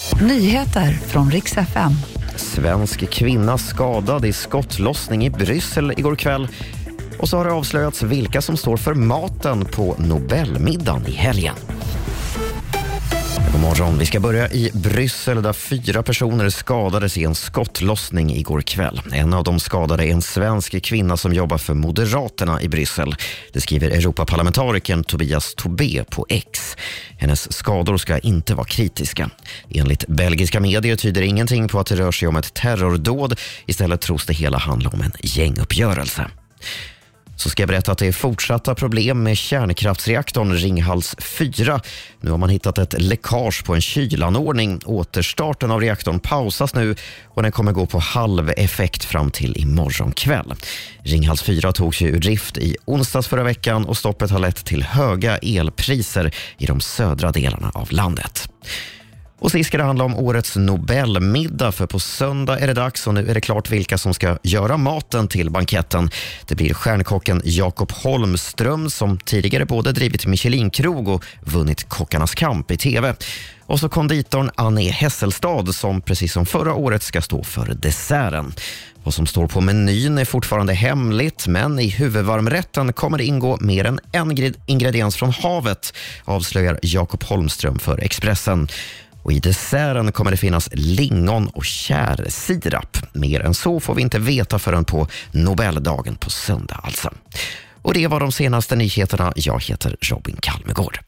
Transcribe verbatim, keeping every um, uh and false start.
Nyheter från Rix F M. Svensk kvinna skadad i skottlossning i Bryssel igår kväll. Och så har det avslöjats vilka som står för maten på Nobelmiddagen i helgen. God morgon. Vi ska börja i Bryssel där fyra personer skadades i en skottlossning igår kväll. En av de skadade är en svensk kvinna som jobbar för Moderaterna i Bryssel. Det skriver Europaparlamentarikern Tobias Tobé på X. Hennes skador ska inte vara kritiska. Enligt belgiska medier tyder ingenting på att det rör sig om ett terrordåd. Istället tros det hela handla om en gänguppgörelse. Så ska jag berätta att det är fortsatta problem med kärnkraftsreaktorn Ringhals fyra. Nu har man hittat ett läckage på en kylanordning. Återstarten av reaktorn pausas nu och den kommer gå på halv effekt fram till imorgon kväll. Ringhals fyra togs ju ur drift i onsdags förra veckan och stoppet har lett till höga elpriser i de södra delarna av landet. Och sist ska det handla om årets Nobelmiddag, för på söndag är det dags och nu är det klart vilka som ska göra maten till banketten. Det blir stjärnkocken Jakob Holmström som tidigare både drivit Michelin-krog och vunnit Kockarnas kamp i tv. Och så konditorn Annie Hesselstad som precis som förra året ska stå för desserten. Vad som står på menyn är fortfarande hemligt, men i huvudvarmrätten kommer det ingå mer än en ingrediens från havet, avslöjar Jakob Holmström för Expressen. Och i desserten kommer det finnas lingon och kärsirap. Mer än så får vi inte veta förrän på Nobeldagen på söndag alltså. Och det var de senaste nyheterna. Jag heter Robin Kalmegård.